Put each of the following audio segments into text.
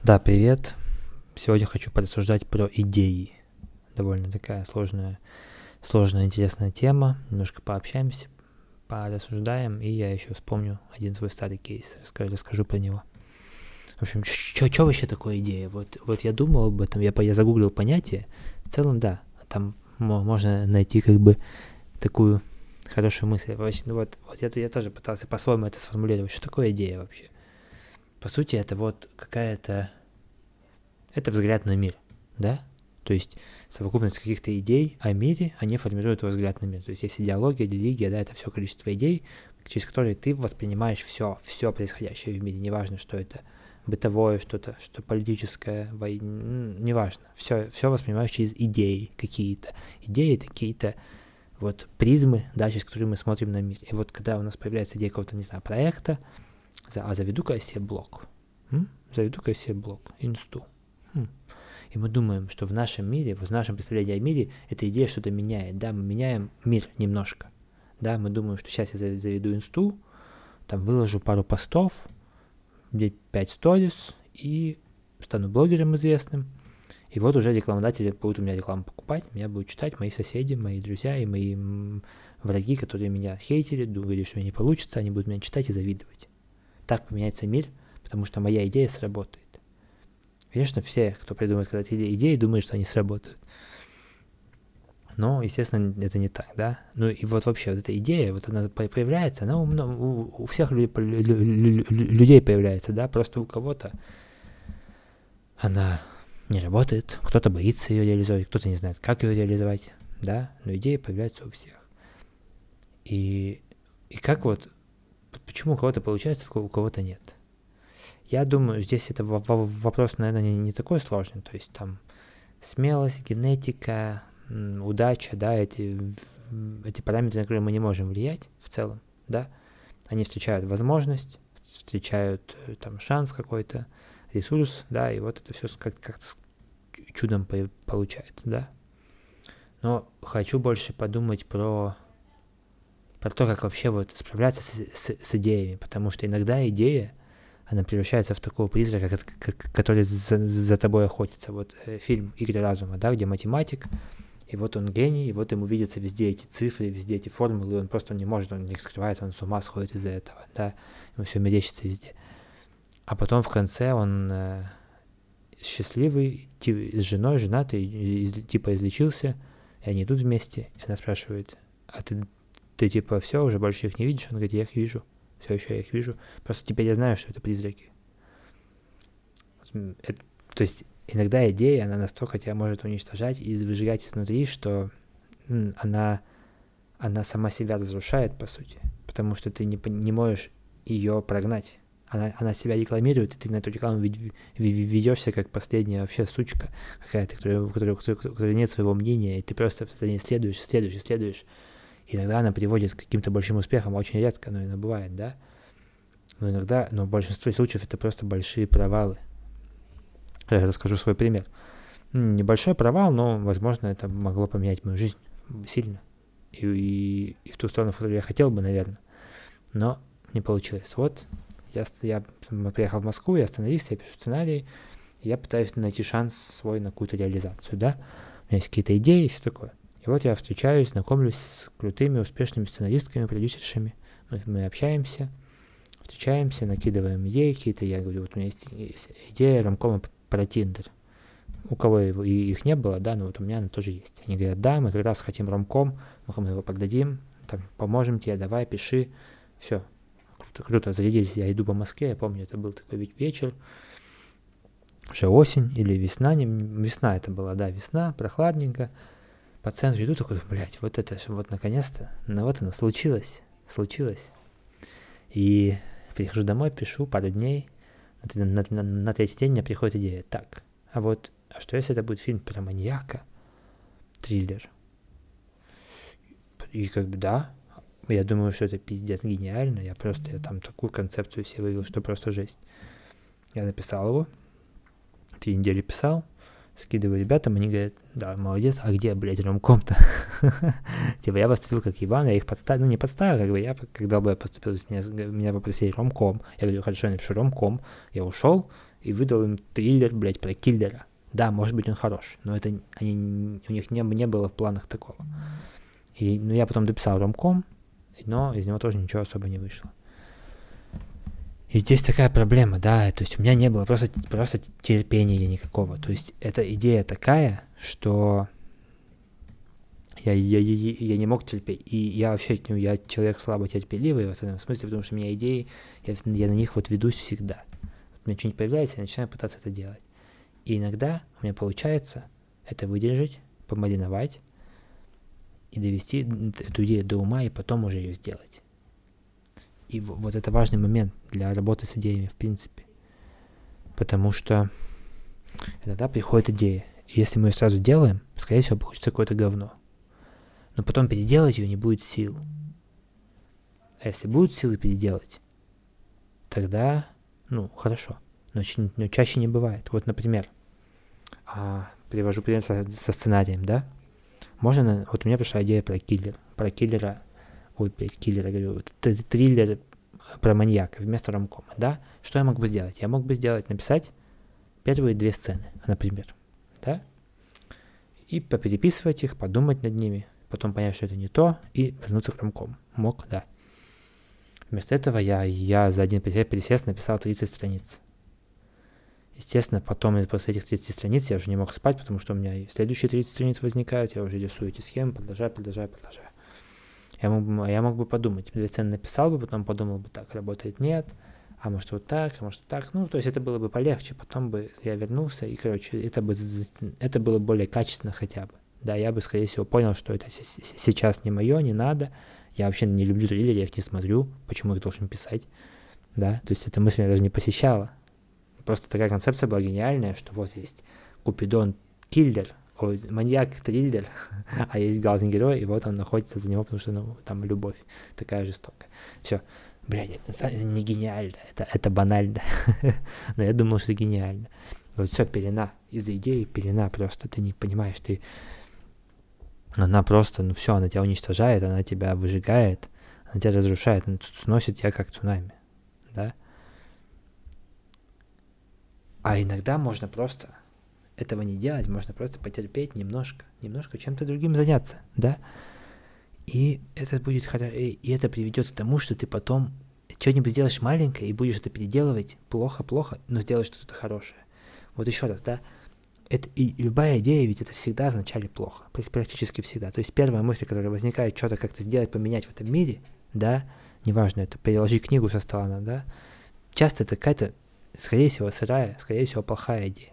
Да, привет. Сегодня хочу порассуждать про идеи. Довольно такая сложная, интересная тема. Немножко пообщаемся, порассуждаем, и я еще вспомню один свой старый кейс. Расскажу про него. В общем, что вообще такое идея? Вот я думал об этом, я загуглил понятие. В целом, да, там можно найти как бы такую хорошую мысль. Вот я тоже пытался по-своему это сформулировать. Что такое идея вообще? По сути, это вот какая-то... Это взгляд на мир, да? То есть совокупность каких-то идей о мире, они формируют твой взгляд на мир. То есть есть идеология, религия, да, это все количество идей, через которые ты воспринимаешь все происходящее в мире. Неважно, что это бытовое, что-то, что политическое, неважно. Все воспринимаешь через идеи какие-то. Идеи это какие-то вот призмы, да, через которые мы смотрим на мир. И вот когда у нас появляется идея какого-то, не знаю, проекта, заведу-ка я себе блог. Заведу-ка я себе блог, инсту. И мы думаем, что в нашем мире, в нашем представлении о мире, эта идея что-то меняет, да, мы меняем мир немножко, да, мы думаем, что сейчас я заведу инсту, там выложу пару постов, 5 сторис и стану блогером известным, и вот уже рекламодатели будут у меня рекламу покупать, меня будут читать мои соседи, мои друзья и мои враги, которые меня хейтили, думали, что у меня не получится, они будут меня читать и завидовать. Так поменяется мир, потому что моя идея сработает. Конечно, все, кто придумывает когда-то идеи, думают, что они сработают. Но, естественно, это не так, да? Ну и вот вообще вот эта идея, вот она появляется, она у всех людей появляется, да? Просто у кого-то она не работает, кто-то боится ее реализовать, кто-то не знает, как ее реализовать, да? Но идея появляется у всех. И как вот, почему у кого-то получается, у кого-то нет? Я думаю, здесь это вопрос, наверное, не такой сложный. То есть там смелость, генетика, удача, да, эти параметры, на которые мы не можем влиять в целом, да, они встречают возможность, встречают там шанс какой-то, ресурс, да, и вот это все как-то чудом получается, да. Но хочу больше подумать про то, как вообще вот справляться с идеями, потому что иногда идея, она превращается в такого призрака, который за тобой охотится. Вот фильм «Игры разума», да, где математик, и вот он гений, и вот ему видятся везде эти цифры, везде эти формулы, и он просто не может, он не скрывается, он с ума сходит из-за этого, да, ему все мерещится везде. А потом в конце он счастливый, с женой, женатый, типа излечился, и они идут вместе, и она спрашивает, а ты типа все, уже больше их не видишь? Он говорит, я их вижу. Все еще я их вижу. Просто теперь я знаю, что это призраки. То есть иногда идея, она настолько тебя может уничтожать и выжигать изнутри, что она сама себя разрушает, по сути. Потому что ты не можешь ее прогнать. Она себя рекламирует, и ты на эту рекламу ведешься как последняя вообще сучка какая-то, у которой нет своего мнения, и ты просто за ней следуешь. Иногда она приводит к каким-то большим успехам, очень редко, но иногда бывает, да. Но в большинстве случаев это просто большие провалы. Я расскажу свой пример. Небольшой провал, но, возможно, это могло поменять мою жизнь сильно. И в ту сторону, в которую я хотел бы, наверное. Но не получилось. Вот, я приехал в Москву, я сценарист, я пишу сценарий, и я пытаюсь найти шанс свой на какую-то реализацию, да. У меня есть какие-то идеи и все такое. И вот я встречаюсь, знакомлюсь с крутыми, успешными сценаристками, продюсершами. Мы общаемся, встречаемся, накидываем идеи какие-то. Я говорю, вот у меня есть идея ромкома про Тиндер. У кого их не было, да, но вот у меня она тоже есть. Они говорят, да, мы как раз хотим ромком, мы его продадим, там, поможем тебе, давай, пиши. Все, круто, зарядились. Я иду по Москве, я помню, это был такой вечер, уже осень или весна, весна это была, да, весна, прохладненько. По центру иду, такой, блядь, вот это же, вот наконец-то, ну вот оно, случилось. И прихожу домой, пишу пару дней, на третий день мне приходит идея, так, а что если это будет фильм про маньяка, триллер? И как бы да, я думаю, что это пиздец гениально, я там такую концепцию себе вывел, что просто жесть. Я написал его, 3 недели писал, скидываю ребятам, они говорят, да, молодец, а где, блядь, ромком-то? Типа я поступил как Иван, я их подставил, не подставил, как бы я, когда бы я поступил, меня попросили ромком, я говорю, хорошо, я напишу ромком, я ушел, и выдал им триллер, блядь, про киллера. Да, может быть, он хорош, но это у них не было в планах такого. Ну, я потом дописал ромком, но из него тоже ничего особо не вышло. И здесь такая проблема, да, то есть у меня не было просто терпения никакого. То есть эта идея такая, что я не мог терпеть. И я вообще, я человек слабо терпеливый в этом смысле, потому что у меня идеи, я на них вот ведусь всегда. У меня что-нибудь появляется, я начинаю пытаться это делать. И иногда у меня получается это выдержать, помариновать и довести эту идею до ума, и потом уже ее сделать. И вот это важный момент для работы с идеями, в принципе. Потому что иногда приходит идея, и если мы ее сразу делаем, скорее всего, получится какое-то говно. Но потом переделать ее не будет сил. А если будут силы переделать, тогда, хорошо. Но чаще не бывает. Вот, например, привожу пример со сценарием, да? Вот у меня пришла идея про киллера, говорю, триллер про маньяка вместо ромкома, да? Что я мог бы сделать? Я мог бы написать первые 2 сцены, например, да? И попереписывать их, подумать над ними, потом понять, что это не то, и вернуться к ромкому. Мог, да. Вместо этого я за один пересест написал 30 страниц. Естественно, потом после этих 30 страниц я уже не мог спать, потому что у меня и следующие 30 страниц возникают, я уже рисую эти схемы, продолжаю. Я мог бы подумать, 2 сцены написал бы, потом подумал бы, так, работает, нет, а может вот так, то есть это было бы полегче, потом бы я вернулся, и, короче, это было более качественно хотя бы. Да, я бы, скорее всего, понял, что это сейчас не мое, не надо, я вообще не люблю триллеры, я их не смотрю, почему их должен писать, да, то есть эта мысль меня даже не посещала. Просто такая концепция была гениальная, что вот есть Купидон-киллер, маньяк-триллер, а есть главный герой, и вот он находится за него, потому что, там любовь такая жестокая. Все, блядь, это не гениально, это банально, но я думал, что это гениально. Вот все, пелена, из-за идеи пелена просто, ты не понимаешь, она просто, все, она тебя уничтожает, она тебя выжигает, она тебя разрушает, она сносит тебя как цунами, да? А иногда можно просто этого не делать, можно просто потерпеть немножко чем-то другим заняться, да? И это будет и это приведет к тому, что ты потом что-нибудь сделаешь маленькое и будешь это переделывать плохо, но сделаешь что-то хорошее. Вот еще раз, да? И любая идея, ведь это всегда вначале плохо, практически всегда. То есть первая мысль, которая возникает, что-то как-то сделать, поменять в этом мире, да, неважно, это переложить книгу со стола, да, часто это какая-то, скорее всего, сырая, скорее всего, плохая идея.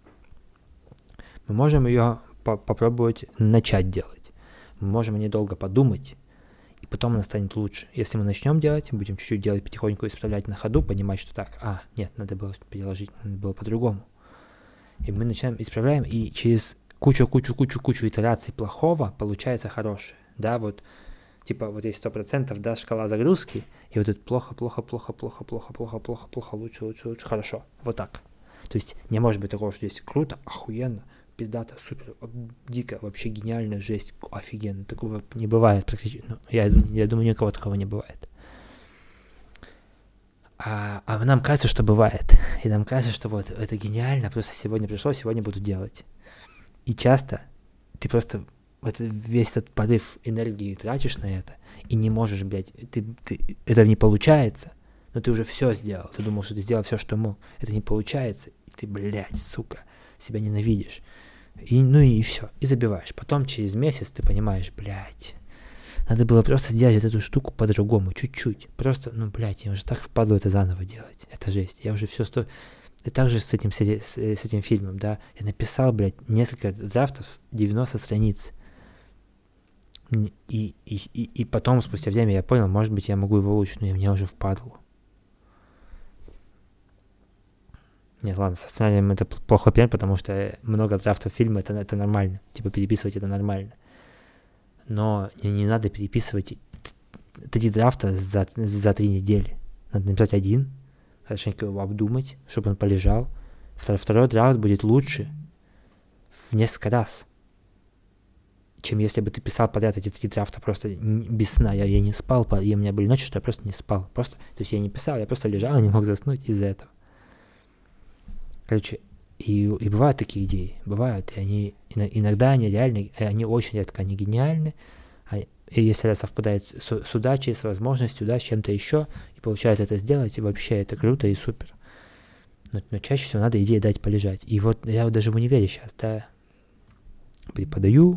Мы можем ее попробовать начать делать. Мы можем о ней долго подумать, и потом она станет лучше. Если мы начнем делать, будем чуть-чуть делать потихоньку, исправлять на ходу, понимать, что так, нет, надо было переложить, надо было по-другому. И мы начинаем, исправляем, и через кучу итераций плохого получается хорошее. Да, вот, типа, вот есть 100%, да, шкала загрузки, и вот это плохо, лучше, хорошо. Вот так. То есть не может быть такого, что здесь круто, охуенно, пиздато, супер, дико, вообще гениально, жесть, офигенно. Такого не бывает практически. Я думаю, никого такого не бывает. А нам кажется, что бывает. И нам кажется, что вот это гениально, просто сегодня пришло, сегодня буду делать. И часто ты просто весь этот порыв энергии тратишь на это, и не можешь, блядь, это не получается, но ты уже все сделал. Ты думал, что ты сделал все, что мог. Это не получается, и ты, блядь, сука, себя ненавидишь. И все, и забиваешь. Потом через месяц ты понимаешь, блядь, надо было просто сделать эту штуку по-другому, чуть-чуть. Просто, блядь, я уже так впадло это заново делать. Это жесть. Я уже все И также с этим фильмом, да. Я написал, блядь, несколько драфтов, 90 страниц. И потом, спустя время, я понял, может быть, я могу его улучшить, но мне уже впадло. Нет, ладно, со сценарием это плохо пример, потому что много драфтов фильма, это нормально. Типа, переписывать это нормально. Но не надо переписывать 3 драфта за 3 недели. Надо написать один, хорошенько его обдумать, чтобы он полежал. Второй драфт будет лучше в несколько раз, чем если бы ты писал подряд эти 3 драфта просто без сна. Я не спал, и у меня были ночи, что я просто не спал. То есть я не писал, я просто лежал и не мог заснуть из-за этого. Короче, и бывают такие идеи, бывают, и они, иногда они реальны, они очень редко, они гениальны, и если это совпадает с удачей, с возможностью, да, с чем-то еще, и получается это сделать, и вообще это круто и супер. Но чаще всего надо идее дать полежать. И вот я вот даже в универе сейчас, да, преподаю,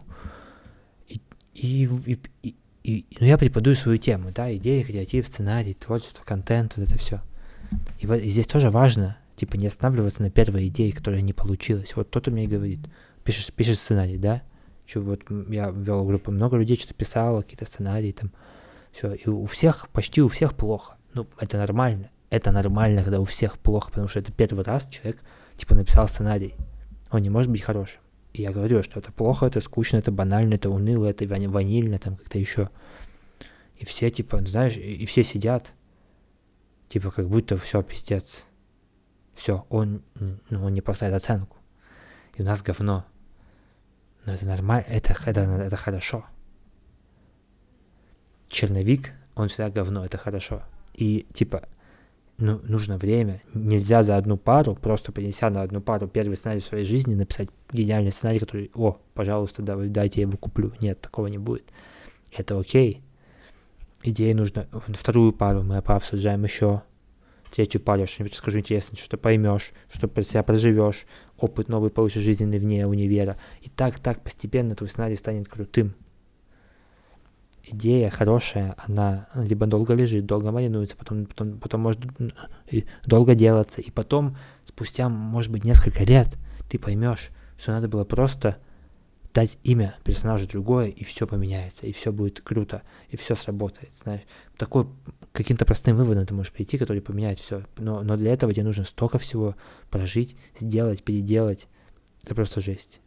но я преподаю свою тему, да, идеи, креатив, сценарий, творчество, контент, вот это все. И здесь тоже важно, типа, не останавливаться на первой идее, которая не получилась. Вот кто-то мне говорит, пишешь сценарий, да, вот я вел группу, много людей что-то писало, какие-то сценарии там, все, и почти у всех плохо. Ну, это нормально, когда у всех плохо, потому что это первый раз человек, типа, написал сценарий, он не может быть хорошим. И я говорю, что это плохо, это скучно, это банально, это уныло, это ванильно, там как-то еще. И все, типа, знаешь, и все сидят, типа, как будто все, пиздец. Все, он не поставит оценку. И у нас говно. Но это нормально, это хорошо. Черновик, он всегда говно, это хорошо. И, типа, нужно время. Нельзя за одну пару, просто принеся на одну пару первый сценарий в своей жизни, написать гениальный сценарий, который, пожалуйста, дайте я его куплю. Нет, такого не будет. Это окей. Идеи нужно. Вторую пару мы пообсуждаем еще. Третью пару, что-нибудь расскажу интересное, что поймешь, что про себя проживешь, опыт новый получишь жизненный вне универа. И так постепенно твой сценарий станет крутым. Идея хорошая, она либо долго лежит, долго маринуется, потом может долго делаться, и потом, спустя, может быть, несколько лет, ты поймешь, что надо было просто дать имя персонажу другое, и все поменяется, и все будет круто, и все сработает, знаешь. Каким-то простым выводом ты можешь прийти, который поменяет все, но для этого тебе нужно столько всего прожить, сделать, переделать. Это просто жесть.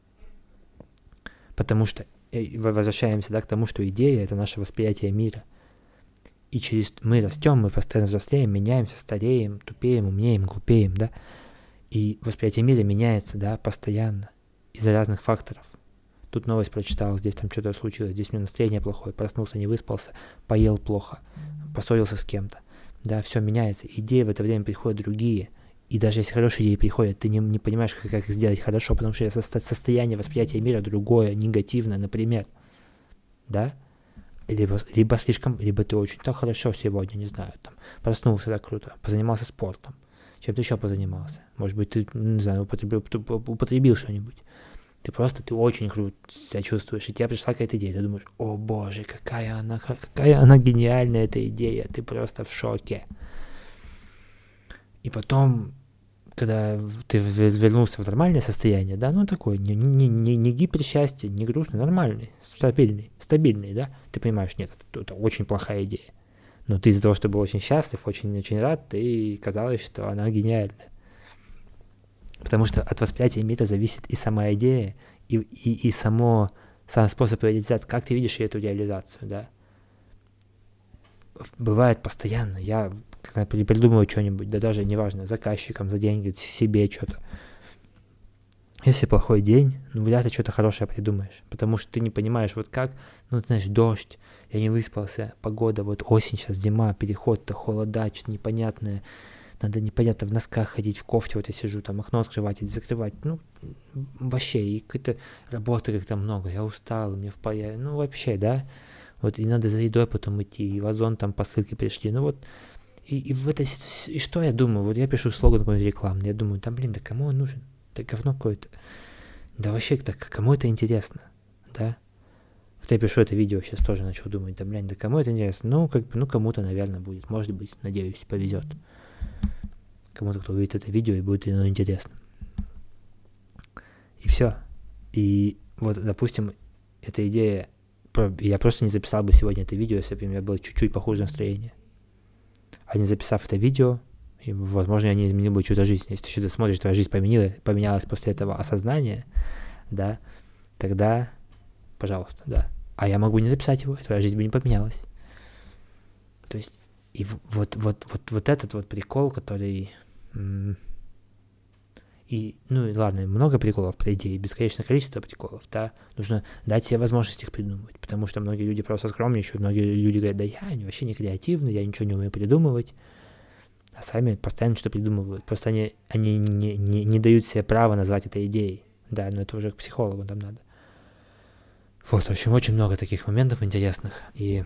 Потому что, возвращаемся, да, к тому, что идея — это наше восприятие мира. И мы растем, мы постоянно взрослеем, меняемся, стареем, тупеем, умнеем, глупеем, да. И восприятие мира меняется, да, постоянно, из-за разных факторов. Тут новость прочитал, здесь там что-то случилось, здесь у меня настроение плохое, проснулся, не выспался, поел плохо, поссорился с кем-то. Да, все меняется, идеи в это время приходят другие. И даже если хорошие идеи приходят, ты не понимаешь, как их сделать хорошо, потому что состояние восприятия мира другое, негативное, например. Да? Либо ты очень так хорошо сегодня, не знаю, там, проснулся так круто, позанимался спортом, чем-то еще позанимался. Может быть, ты, не знаю, употребил что-нибудь. Ты очень круто себя чувствуешь, и тебе пришла какая-то идея, ты думаешь, о боже, какая она гениальная, эта идея, ты просто в шоке. И потом, когда ты вернулся в нормальное состояние, да, такой, не гиперсчастье, не грустный, нормальный, стабильный, да, ты понимаешь, нет, это очень плохая идея. Но ты из-за того, что был очень счастлив, очень рад, ты казалось, что она гениальная. Потому что от восприятия мира зависит и сама идея, и сам способ реализации, как ты видишь эту реализацию, да. Бывает постоянно, когда придумываю что-нибудь, да даже неважно, заказчикам, за деньги, себе что-то. Если плохой день, вряд ли что-то хорошее придумаешь, потому что ты не понимаешь, вот как, знаешь, дождь, я не выспался, погода, вот осень сейчас, зима, переход-то, холода, что-то непонятное, надо непонятно в носках ходить, в кофте вот я сижу, там окно открывать или закрывать, вообще, и какой-то работы как-то много, я устал, мне вообще, да, вот, и надо за едой потом идти, и в Озон там посылки пришли, и что я думаю, вот я пишу слоган какой-нибудь рекламный, я думаю, да кому он нужен, это говно какое-то, да вообще, кому это интересно, да, вот я пишу это видео, сейчас тоже начал думать, да кому это интересно, кому-то, наверное, будет, может быть, надеюсь, повезет. Кому-то, кто увидит это видео, и будет интересно. И все. И вот, допустим, эта идея, я просто не записал бы сегодня это видео, если бы у меня было чуть-чуть похуже настроение. А не записав это видео, и, возможно, я не изменил бы чью-то жизнь. Если ты что-то смотришь, твоя жизнь поменялась после этого осознания, да, тогда, пожалуйста, да. А я могу не записать его, и твоя жизнь бы не поменялась. То есть, и вот этот вот прикол, который... И ладно, много приколов, по идее, бесконечное количество приколов, да, нужно дать себе возможность их придумывать, потому что многие люди просто скромничают, многие люди говорят, да я вообще не креативный, я ничего не умею придумывать, а сами постоянно что придумывают. Просто они не дают себе права назвать это идеей. Да, но это уже к психологу там надо. Вот, в общем, очень много таких моментов интересных. И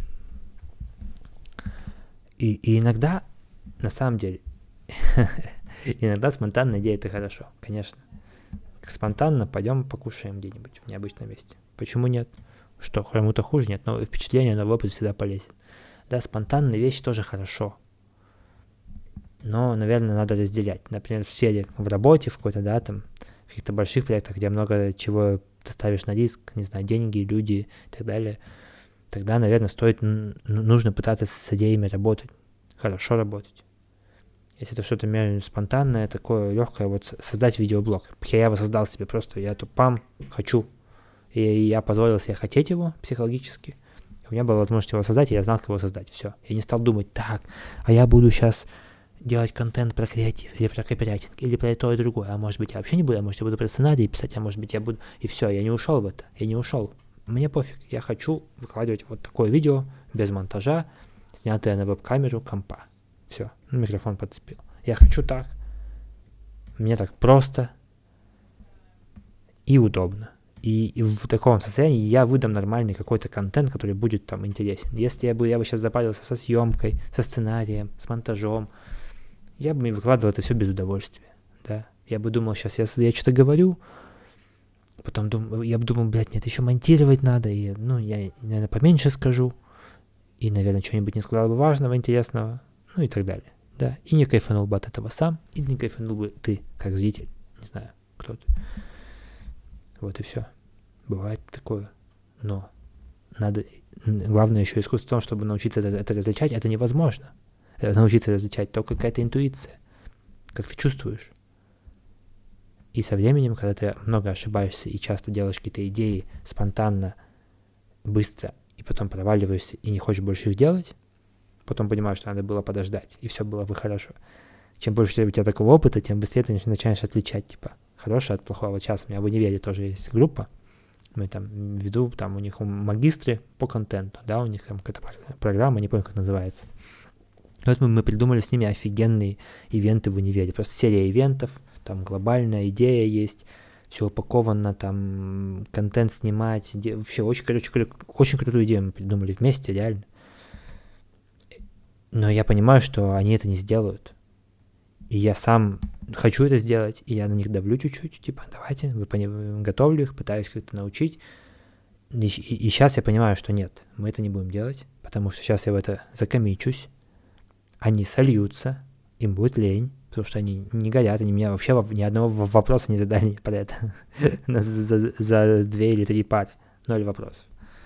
иногда, на самом деле, иногда спонтанная идея — это хорошо, конечно. Спонтанно пойдем покушаем где-нибудь в необычном месте. Почему нет? Что, кому-то хуже? Нет, но впечатление, новый опыт всегда полезен. Да, спонтанные вещи тоже хорошо. Но, наверное, надо разделять. Например, в сфере, в работе, в какой-то, да, там, в каких-то больших проектах, где много чего ты ставишь на риск, не знаю, деньги, люди и так далее, тогда, наверное, нужно пытаться с идеями работать, хорошо работать. Если это что-то спонтанное, такое легкое, вот создать видеоблог. Я его создал себе просто, я тут хочу. И я позволил себе хотеть его психологически. У меня была возможность его создать, и я знал, как его создать. Все. Я не стал думать, так, а я буду сейчас делать контент про креатив, или про копирайтинг, или про то и другое. А может быть, я вообще не буду, а может, я буду про сценарий писать, а может быть, я буду... И все, я не ушел в это, я не ушел. Мне пофиг, я хочу выкладывать вот такое видео, без монтажа, снятое на веб-камеру компа. Все, микрофон подцепил. Я хочу так. Мне так просто и удобно. И в таком состоянии я выдам нормальный какой-то контент, который будет там интересен. Если я бы сейчас запарился со съемкой, со сценарием, с монтажом, я бы выкладывал это все без удовольствия. Да? Я бы думал, сейчас я что-то говорю, потом я бы думал, блядь, мне это еще монтировать надо, и, я, наверное, поменьше скажу, и, наверное, что-нибудь не сказал бы важного, интересного, и так далее. Да? И не кайфанул бы от этого сам, и не кайфанул бы ты, как зритель, не знаю, кто ты. Вот и все. Бывает такое. Но надо... Главное еще искусство в том, чтобы научиться это различать. Это невозможно. Научиться различать только какая-то интуиция. Как ты чувствуешь. И со временем, когда ты много ошибаешься и часто делаешь какие-то идеи спонтанно, быстро, и потом проваливаешься и не хочешь больше их делать, потом понимаешь, что надо было подождать, и все было бы хорошо. Чем больше у тебя такого опыта, тем быстрее ты начинаешь отличать, типа, хорошее от плохого. Вот сейчас у меня в универе тоже есть группа, мы там веду, там у них магистры по контенту, да, у них там какая-то программа, не помню, как называется. Вот мы придумали с ними офигенные ивенты в универе, просто серия ивентов, там глобальная идея есть, все упаковано, там контент снимать, вообще очень крутую идею мы придумали вместе, реально. Но я понимаю, что они это не сделают. И я сам хочу это сделать, и я на них давлю чуть-чуть, типа, давайте, готовлю их, пытаюсь как-то научить. И сейчас я понимаю, что нет, мы это не будем делать, потому что сейчас я в это закомичусь, они сольются, им будет лень, потому что они не горят, они меня вообще ни одного вопроса не задали про это за 2 или 3 пары, 0 вопросов.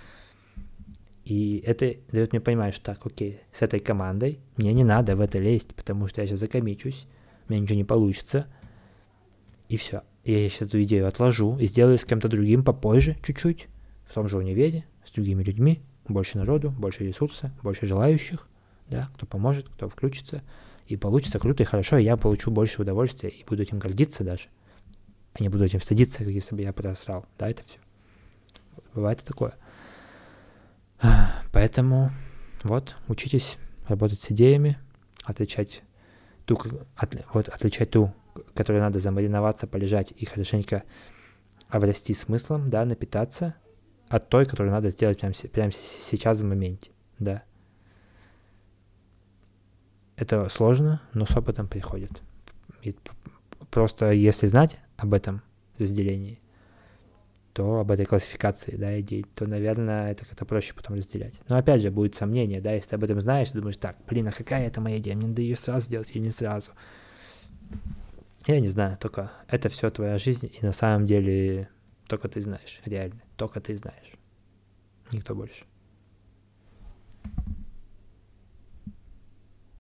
И это дает мне понимать, что так, окей, с этой командой мне не надо в это лезть, потому что я сейчас закомичусь, у меня ничего не получится, и все. Я сейчас эту идею отложу и сделаю с кем-то другим попозже, чуть-чуть, в том же универе, с другими людьми, больше народу, больше ресурса, больше желающих, да, кто поможет, кто включится, и получится круто и хорошо, и я получу больше удовольствия, и буду этим гордиться даже, а не буду этим стыдиться, как если бы я просрал, да, это все. Бывает и такое. Поэтому вот, учитесь работать с идеями, отличать ту, которой надо замариноваться, полежать и хорошенько обрасти смыслом, да, напитаться, от той, которую надо сделать прямо сейчас в моменте, да. Это сложно, но с опытом приходит. И просто если знать об этом разделении, то об этой классификации, да, идей, то, наверное, это как-то проще потом разделять. Но опять же, будет сомнение, да, если ты об этом знаешь, ты думаешь, так, блин, а какая это моя идея, мне надо ее сразу делать или не сразу. Я не знаю, только это все твоя жизнь, и на самом деле только ты знаешь, реально, только ты знаешь, никто больше.